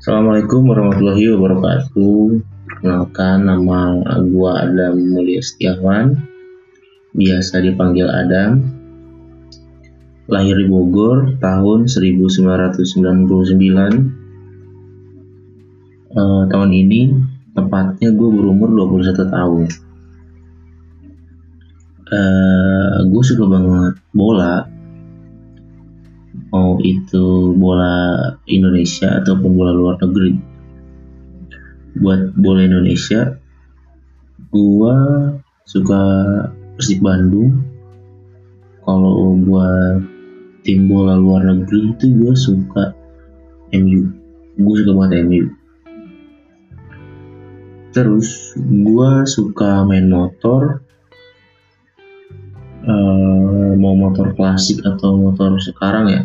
Assalamualaikum warahmatullahi wabarakatuh. Perkenalkan, nama gua Adam Mulia Setiawan, biasa dipanggil Adam. Lahir di Bogor tahun 1999. Tahun ini tepatnya gue berumur 21 tahun. Gue suka banget bola, mau itu bola Indonesia ataupun bola luar negeri. Buat bola Indonesia, gue suka Persib Bandung. Kalau buat tim bola luar negeri itu gue suka MU. Gue suka banget MU. Terus gue suka main motor, mau motor klasik atau motor sekarang ya,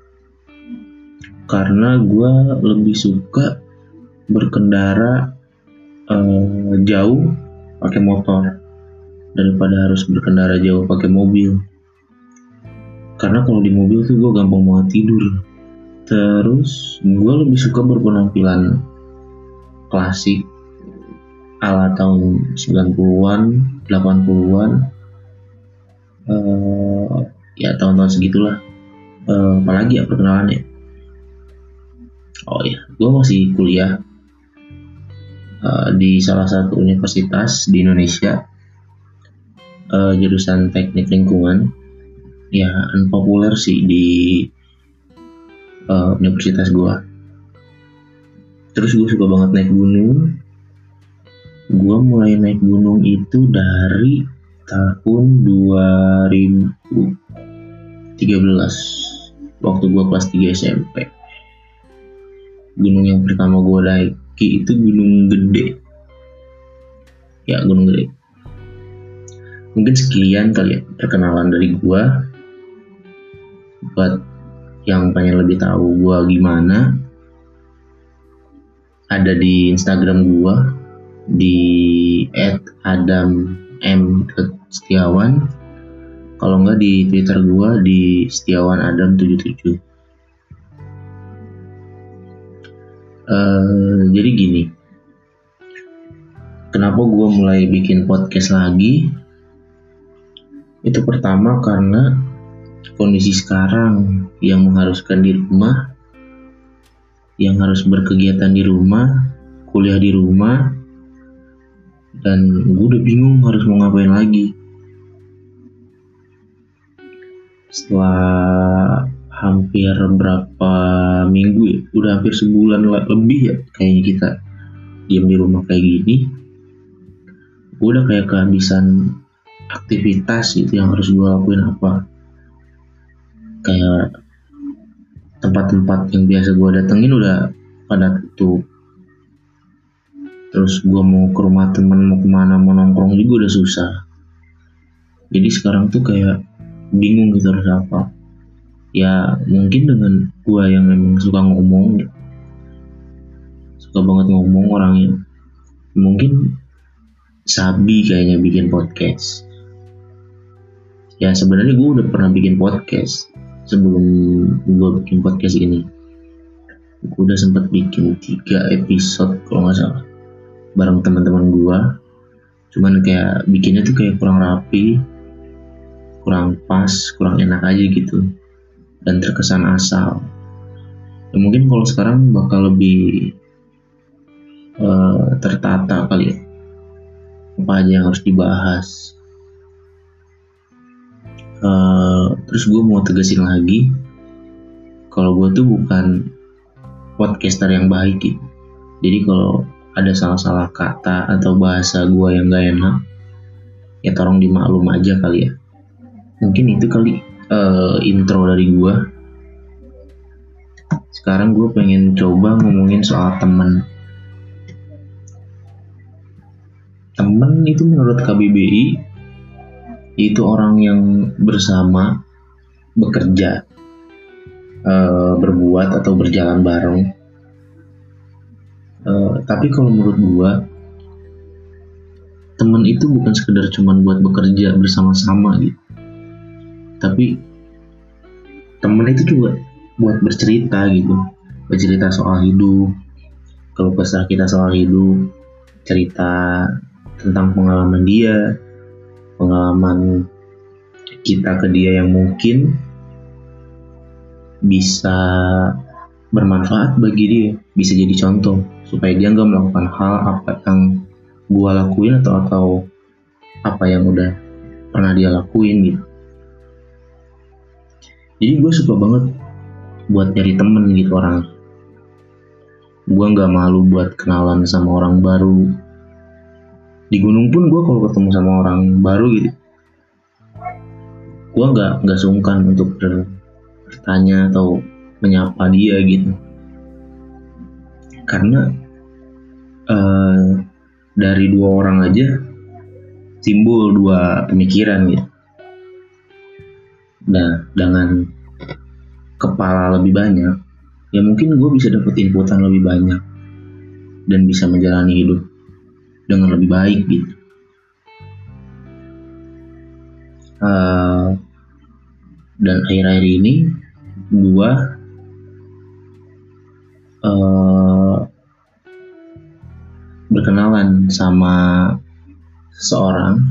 karena gue lebih suka berkendara jauh pakai motor daripada harus berkendara jauh pakai mobil. Karena kalau di mobil tuh gue gampang banget tidur. Terus gue lebih suka berpenampilan klasik ala tahun 90-an, 80-an, ya tahun-tahun segitulah. Apalagi ya perkenalannya. Oh ya, gue masih kuliah di salah satu universitas di Indonesia, jurusan teknik lingkungan. Ya, unpopular sih di universitas gue. Terus gue suka banget naik gunung. Gue mulai naik gunung itu dari tahun 2013, waktu gue kelas 3 SMP. Gunung yang pertama gue naiki itu Gunung Gede. Ya, Gunung Gede. Mungkin sekian kali ya perkenalan dari gue. Buat yang pengen lebih tahu gue gimana, ada di Instagram gue di @adam_m_setiawan. Kalau enggak di Twitter gue di setiawanadam77. Jadi gini, kenapa gue mulai bikin podcast lagi? Itu pertama karena kondisi sekarang yang mengharuskan di rumah, yang harus berkegiatan di rumah, kuliah di rumah, dan gue udah bingung harus mau ngapain lagi. Setelah hampir berapa minggu ya, udah hampir sebulan lebih ya kayaknya kita diam di rumah kayak gini. Gue udah kayak kehabisan aktivitas gitu yang harus gue lakuin apa. Kayak tempat-tempat yang biasa gue datengin udah pada tutup. Terus gue mau ke rumah temen, mau kemana, mau nongkrong juga udah susah. Jadi sekarang tuh kayak bingung gitu harus apa. Ya mungkin dengan gue yang memang suka ngomong, suka banget ngomong orangnya, mungkin sabi kayaknya bikin podcast. Ya sebenarnya gue udah pernah bikin podcast sebelum gue bikin podcast ini. Gue udah sempat bikin 3 episode kalau nggak salah bareng teman-teman gue. Cuman kayak bikinnya tuh kayak kurang rapi, kurang pas, kurang enak aja gitu, dan terkesan asal. Ya mungkin kalau sekarang bakal lebih tertata kali ya, apa aja yang harus dibahas. Terus gue mau tegasin lagi, kalau gue tuh bukan podcaster yang baik gitu. Jadi kalau ada salah-salah kata atau bahasa gue yang gak enak, ya tolong dimaklum aja kali ya. Mungkin itu kali intro dari gue. Sekarang gue pengen coba ngomongin soal temen. Temen itu menurut KBBI itu orang yang bersama, bekerja, berbuat atau berjalan bareng. Tapi kalau menurut gue, teman itu bukan sekedar cuman buat bekerja bersama-sama gitu, tapi temen itu juga buat bercerita gitu, bercerita soal hidup, keluh kesah kita soal hidup, cerita tentang pengalaman dia, pengalaman kita ke dia yang mungkin bisa bermanfaat bagi dia, bisa jadi contoh supaya dia nggak melakukan hal apa yang gue lakuin atau apa yang udah pernah dia lakuin gitu. Jadi gue suka banget buat nyari temen gitu orang. Gue nggak malu buat kenalan sama orang baru. Di gunung pun gue kalau ketemu sama orang baru gitu, gue nggak sungkan untuk bertanya atau menyapa dia gitu. Karena dari dua orang aja timbul dua pemikiran gitu. Nah, dengan kepala lebih banyak, ya mungkin gue bisa dapet inputan lebih banyak dan bisa menjalani hidup dengan lebih baik gitu. Dan akhir-akhir ini gue berkenalan sama seseorang.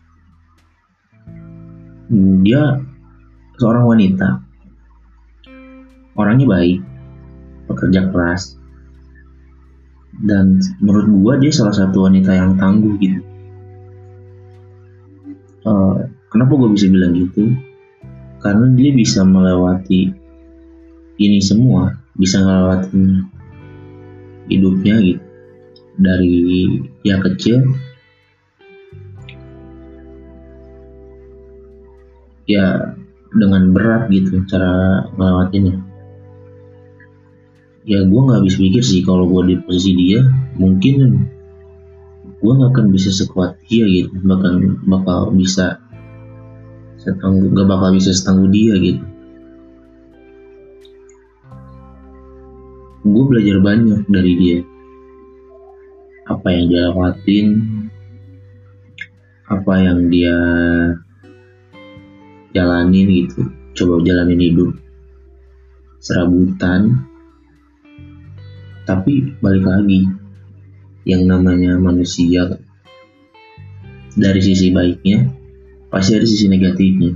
Dia seorang wanita, orangnya baik, pekerja keras, dan menurut gua dia salah satu wanita yang tangguh gitu. Kenapa gua bisa bilang gitu? Karena dia bisa melewati ini semua, bisa melewati hidupnya gitu, dari yang kecil ya dengan berat gitu cara melewatinya. Ya gue nggak habis pikir sih kalau gue di posisi dia, mungkin gue nggak akan bisa sekuat dia gitu, bakal bisa setangguh dia gitu. Gue belajar banyak dari dia, apa yang dia lewatin, apa yang dia jalanin gitu, coba jalanin hidup serabutan. Tapi balik lagi, yang namanya manusia, dari sisi baiknya pasti ada sisi negatifnya.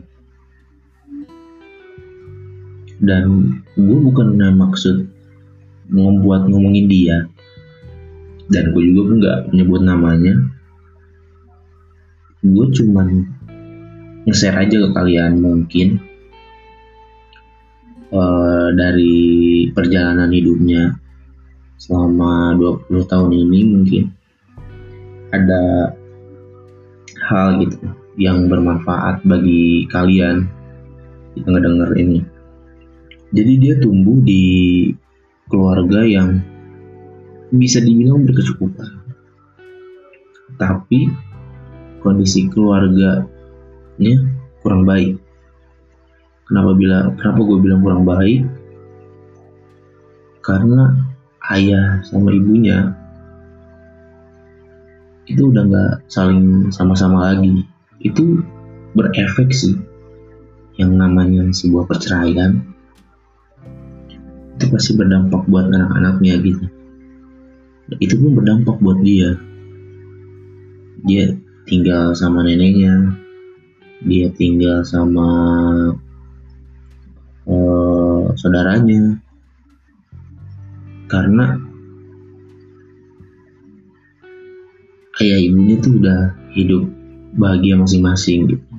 Dan gue bukan maksud ngomongin dia, dan gue juga pun gak menyebut namanya. Gue cuman nge-share aja ke kalian mungkin dari perjalanan hidupnya selama 20 tahun ini, mungkin ada hal gitu yang bermanfaat bagi kalian yang ngedenger ini. Jadi dia tumbuh di keluarga yang bisa dibilang berkecukupan, tapi kondisi keluarganya kurang baik. Kenapa gue bilang kurang baik? Karena ayah sama ibunya itu udah gak saling sama-sama lagi. Itu berefek sih, yang namanya sebuah perceraian itu pasti berdampak buat anak-anaknya gitu. Itu pun berdampak buat dia tinggal sama neneknya, dia tinggal sama saudaranya, karena ayah ibunya tuh udah hidup bahagia masing-masing gitu.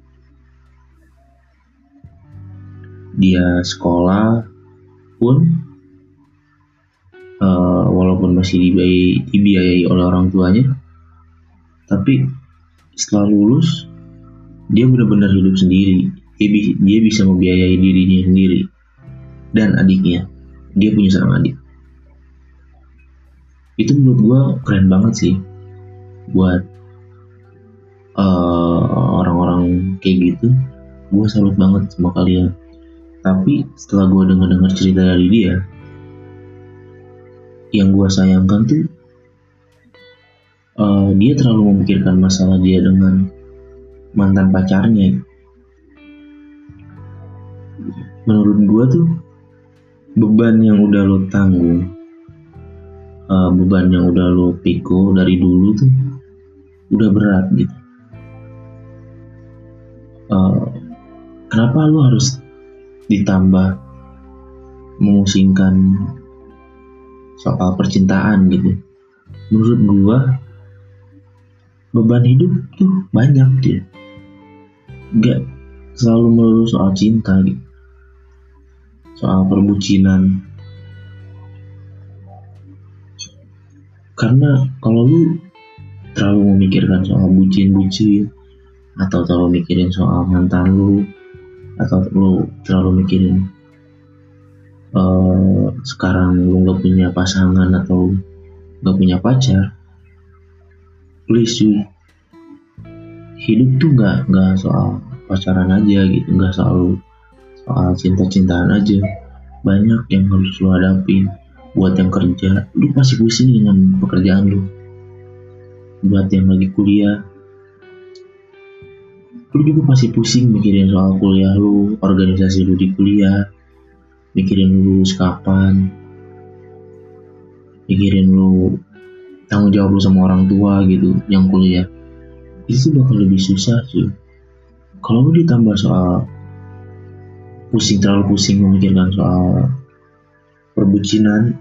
Dia sekolah pun walaupun masih dibiayai oleh orang tuanya, tapi setelah lulus dia benar-benar hidup sendiri. Dia bisa membiayai dirinya sendiri dan adiknya. Dia punya seorang adik. Itu menurut gue keren banget sih buat orang-orang kayak gitu. Gue salut banget sama kalian. Tapi setelah gue dengar cerita dari dia, yang gue sayangkan tuh dia terlalu memikirkan masalah dia dengan mantan pacarnya. Menurut gue tuh beban yang udah lo tanggung beban yang udah lo pikul dari dulu tuh udah berat gitu. Kenapa lo harus ditambah memusingkan soal percintaan gitu? Menurut gua beban hidup tuh banyak gitu, gak selalu melulu soal cinta gitu, soal perbucinan. Karena kalau lu terlalu memikirkan soal bucin-bucin, atau terlalu mikirin soal mantan lu, atau lu terlalu mikirin sekarang lu gak punya pasangan atau gak punya pacar, please cuy, hidup tuh gak soal pacaran aja gitu, gak selalu soal cinta-cintaan aja. Banyak yang harus lu hadapin. Buat yang kerja, lu pasti pusing dengan pekerjaan lu. Buat yang lagi kuliah, lu juga pasti pusing mikirin soal kuliah lu, organisasi lu di kuliah, mikirin lu lulus kapan, mikirin lu tanggung jawab lu sama orang tua gitu yang kuliah. Itu bakal lebih susah sih kalau lu ditambah soal terlalu pusing memikirkan soal perbucinan.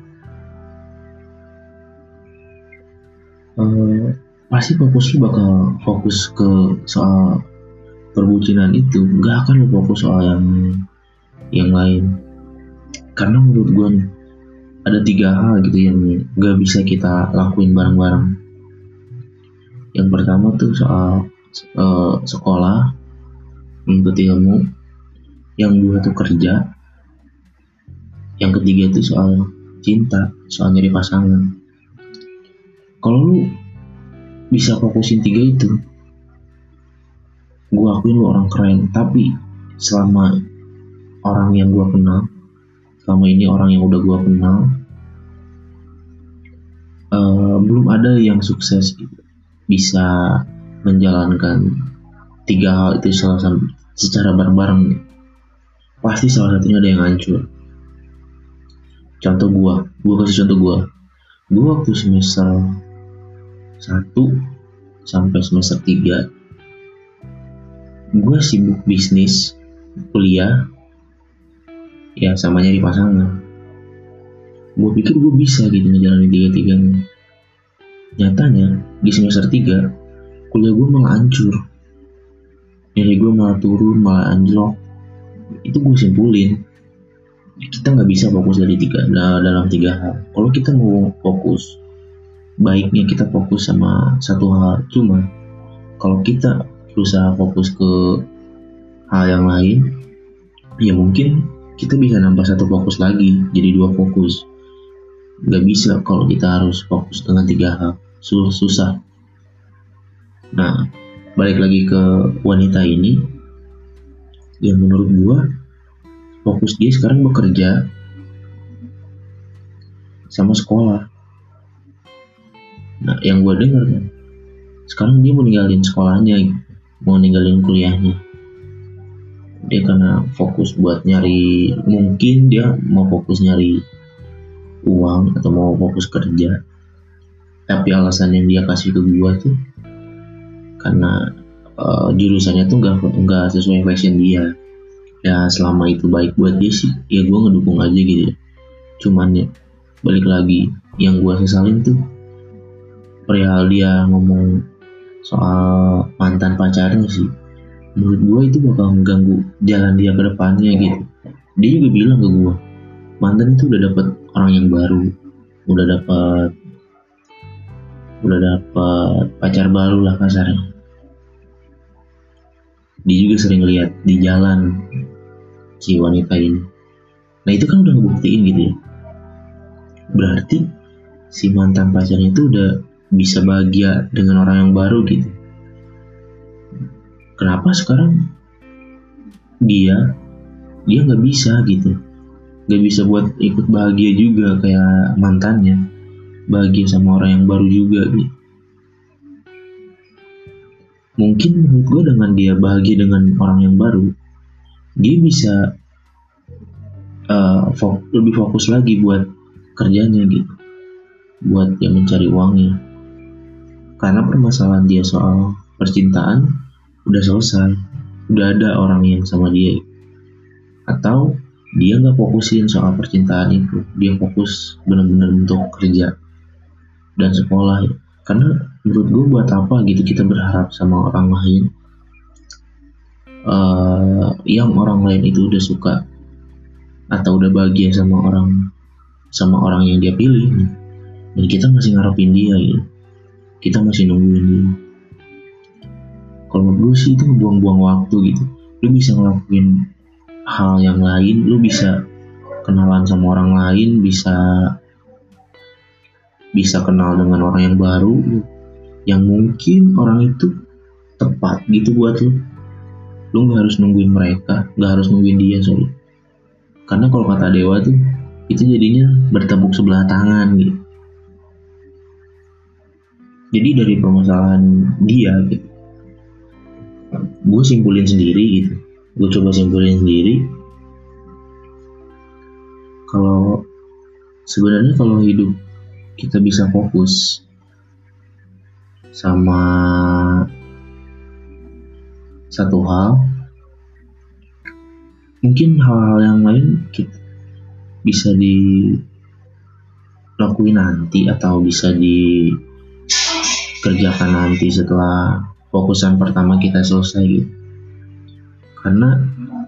Pasti fokus lu bakal fokus ke soal perbucinan itu, gak akan lu fokus soal yang lain. Karena menurut gue nih, ada 3 hal gitu yang gak bisa kita lakuin bareng-bareng. Yang pertama tuh soal sekolah, menuntut ilmu. Yang kedua tuh kerja. Yang ketiga tuh soal cinta, soal nyari pasangan. Kalau lu bisa fokusin 3 itu, gue akuin lu orang keren. Tapi selama orang yang gue kenal, selama ini orang yang udah gue kenal, belum ada yang sukses bisa menjalankan 3 hal itu secara bareng-bareng. Pasti salah satunya ada yang hancur. Contoh gue kasih contoh gue waktu semester 1 sampai semester 3 gue sibuk bisnis, kuliah, ya sama nyari pasangan. Gue pikir gue bisa gitu ngejalanin 3-3-nya. Nyatanya di semester 3 kuliah gue malah hancur, nilai gue malah turun, malah anjlok. Itu gue simpulin, kita nggak bisa fokus dalam 3 hal. Kalau kita mau fokus, baiknya kita fokus sama satu hal. Cuma kalau kita berusaha fokus ke hal yang lain, ya mungkin kita bisa nambah 1 fokus lagi jadi 2 fokus. Gak bisa kalau kita harus fokus dengan 3 hal, susah. Nah, balik lagi ke wanita ini, yang menurut gua fokus dia sekarang bekerja sama sekolah. Nah, yang gua dengar kan, sekarang dia mau ninggalin sekolahnya, mau ninggalin kuliahnya. Dia karena fokus buat nyari, mungkin dia mau fokus nyari uang atau mau fokus kerja. Tapi alasan yang dia kasih ke gua tuh karena jurusannya tuh nggak sesuai passion dia. Ya selama itu baik buat dia sih, ya gua ngedukung aja gitu. Cuman ya balik lagi, yang gua sesalin tuh perihal dia ngomong soal mantan pacarnya sih. Menurut gue itu bakal mengganggu jalan dia ke depannya gitu. Dia juga bilang ke gue, mantan itu udah dapet orang yang baru, udah dapet pacar baru lah kasarnya. Dia juga sering lihat di jalan si wanita ini. Nah itu kan udah ngebuktiin gitu ya. Berarti si mantan pacarnya itu udah bisa bahagia dengan orang yang baru gitu. Kenapa sekarang dia nggak bisa gitu, nggak bisa buat ikut bahagia juga kayak mantannya, bahagia sama orang yang baru juga gitu. Mungkin menurut gue dengan dia bahagia dengan orang yang baru, dia bisa lebih fokus lagi buat kerjanya gitu. buat dia mencari uangnya. Karena permasalahan dia soal percintaan udah selesai, udah ada orang yang sama dia. Atau dia nggak fokusin soal percintaan itu, dia fokus benar-benar untuk kerja dan sekolah. Karena menurut gue buat apa gitu kita berharap sama orang lain yang orang lain itu udah suka atau udah bahagia sama orang yang dia pilih, dan kita masih ngarepin dia gitu. Kita masih nungguin dia. Kalau menurut gue sih itu buang-buang waktu gitu. Lu bisa ngelakuin hal yang lain, lu bisa kenalan sama orang lain, bisa kenal dengan orang yang baru yang mungkin orang itu tepat gitu buat lu. Lu nggak harus nungguin mereka, nggak harus nungguin dia, sorry. Karena kalau kata Dewa tuh itu jadinya bertepuk sebelah tangan gitu. Jadi dari permasalahan dia gitu, gue simpulin sendiri gitu. Gue coba simpulin sendiri. Kalau sebenarnya kalau hidup kita bisa fokus sama satu hal, mungkin hal-hal yang lain kita bisa dilakuin nanti atau bisa dikerjakan nanti setelah fokusan pertama kita selesai gitu. Karena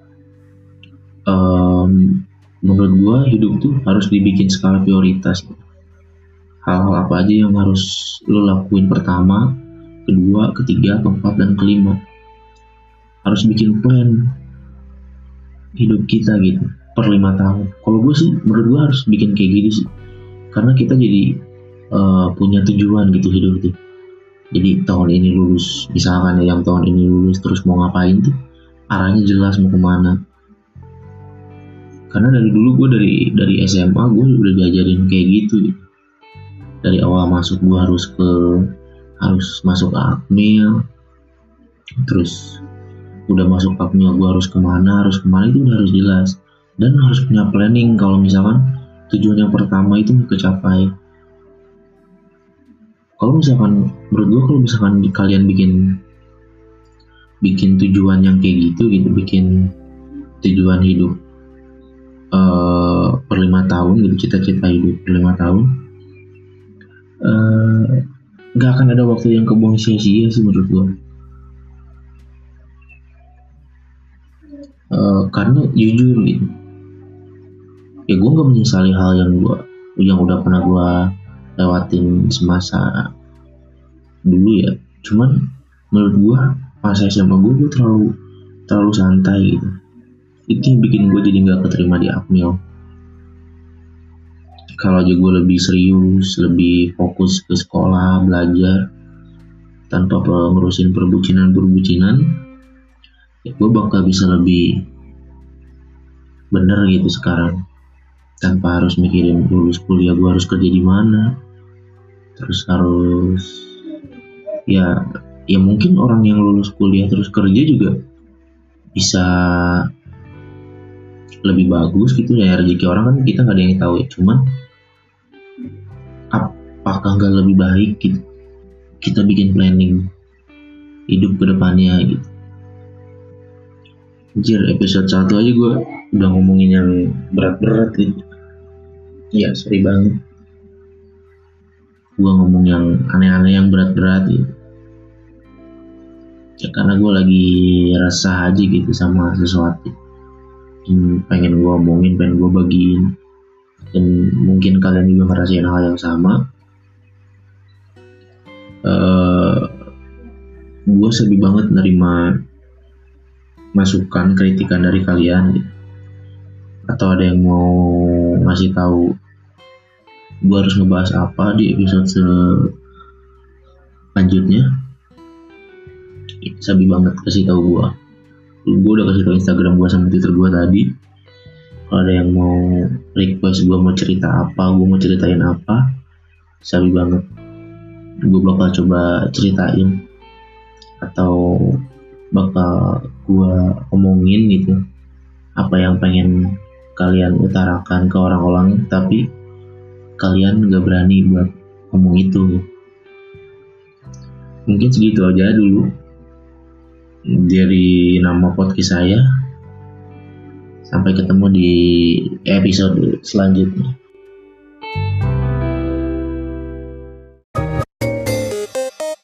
menurut gua hidup tuh harus dibikin skala prioritas gitu. Hal-hal apa aja yang harus lo lakuin pertama, kedua, ketiga, keempat, dan kelima. Harus bikin plan hidup kita gitu per 5 tahun. Kalau gue sih menurut gue harus bikin kayak gitu sih, karena kita jadi punya tujuan gitu hidup tuh. Jadi tahun ini lulus, misalkan ya, yang tahun ini lulus terus mau ngapain tuh, arahnya jelas mau kemana. Karena dari dulu gue dari SMA gue udah diajarin kayak gitu. Dari awal masuk gue harus masuk Akmil, terus udah masuk Akmil gue harus kemana itu udah harus jelas, dan harus punya planning kalau misalkan tujuan yang pertama itu kecapai. Kalau misalkan menurut gue, kalau misalkan kalian bikin tujuan yang kayak gitu, bikin tujuan hidup per 5 tahun gitu, cita-cita hidup per 5 tahun, gak akan ada waktu yang kebuang sia-sia sih menurut gue. Karena jujur gitu, ya gue gak menyesali hal yang udah pernah gue lewatin semasa dulu ya. Cuman menurut gue masa SMA gue terlalu santai gitu. Itu yang bikin gue jadi gak keterima di Akmil. Kalau aja gue lebih serius, lebih fokus ke sekolah, belajar, tanpa ngurusin perbucinan, ya gue bakal bisa lebih bener gitu sekarang, tanpa harus mikirin lulus kuliah gue harus kerja di mana, terus harus ya mungkin orang yang lulus kuliah terus kerja juga bisa lebih bagus gitu ya, rezeki orang kan kita nggak ada yang tahu ya. Cuman apakah nggak lebih baik gitu kita bikin planning hidup ke depannya gitu. Anjir, episode 1 aja gue udah ngomongin yang berat-berat gitu. Ya sorry banget, gue ngomong yang aneh-aneh, yang berat-berat gitu. Ya karena gue lagi resah aja gitu sama sesuatu yang pengen gue omongin, pengen gue bagiin. Dan mungkin kalian juga ngerasain hal yang sama. Gue sedih banget nerima masukan, kritikan dari kalian gitu. Atau ada yang mau ngasih tahu gue harus ngebahas apa di episode selanjutnya, sabi banget kasih tahu gue. Gue udah kasih tahu Instagram gue sama Twitter gue tadi. Kalau ada yang mau request gue mau cerita apa, gue mau ceritain apa, sabi banget. Gue bakal coba ceritain atau bakal gue omongin gitu apa yang pengen kalian utarakan ke orang-orang, tapi kalian gak berani buat ngomong itu. Mungkin segitu aja dulu dari nama podcast saya. Sampai ketemu di episode selanjutnya.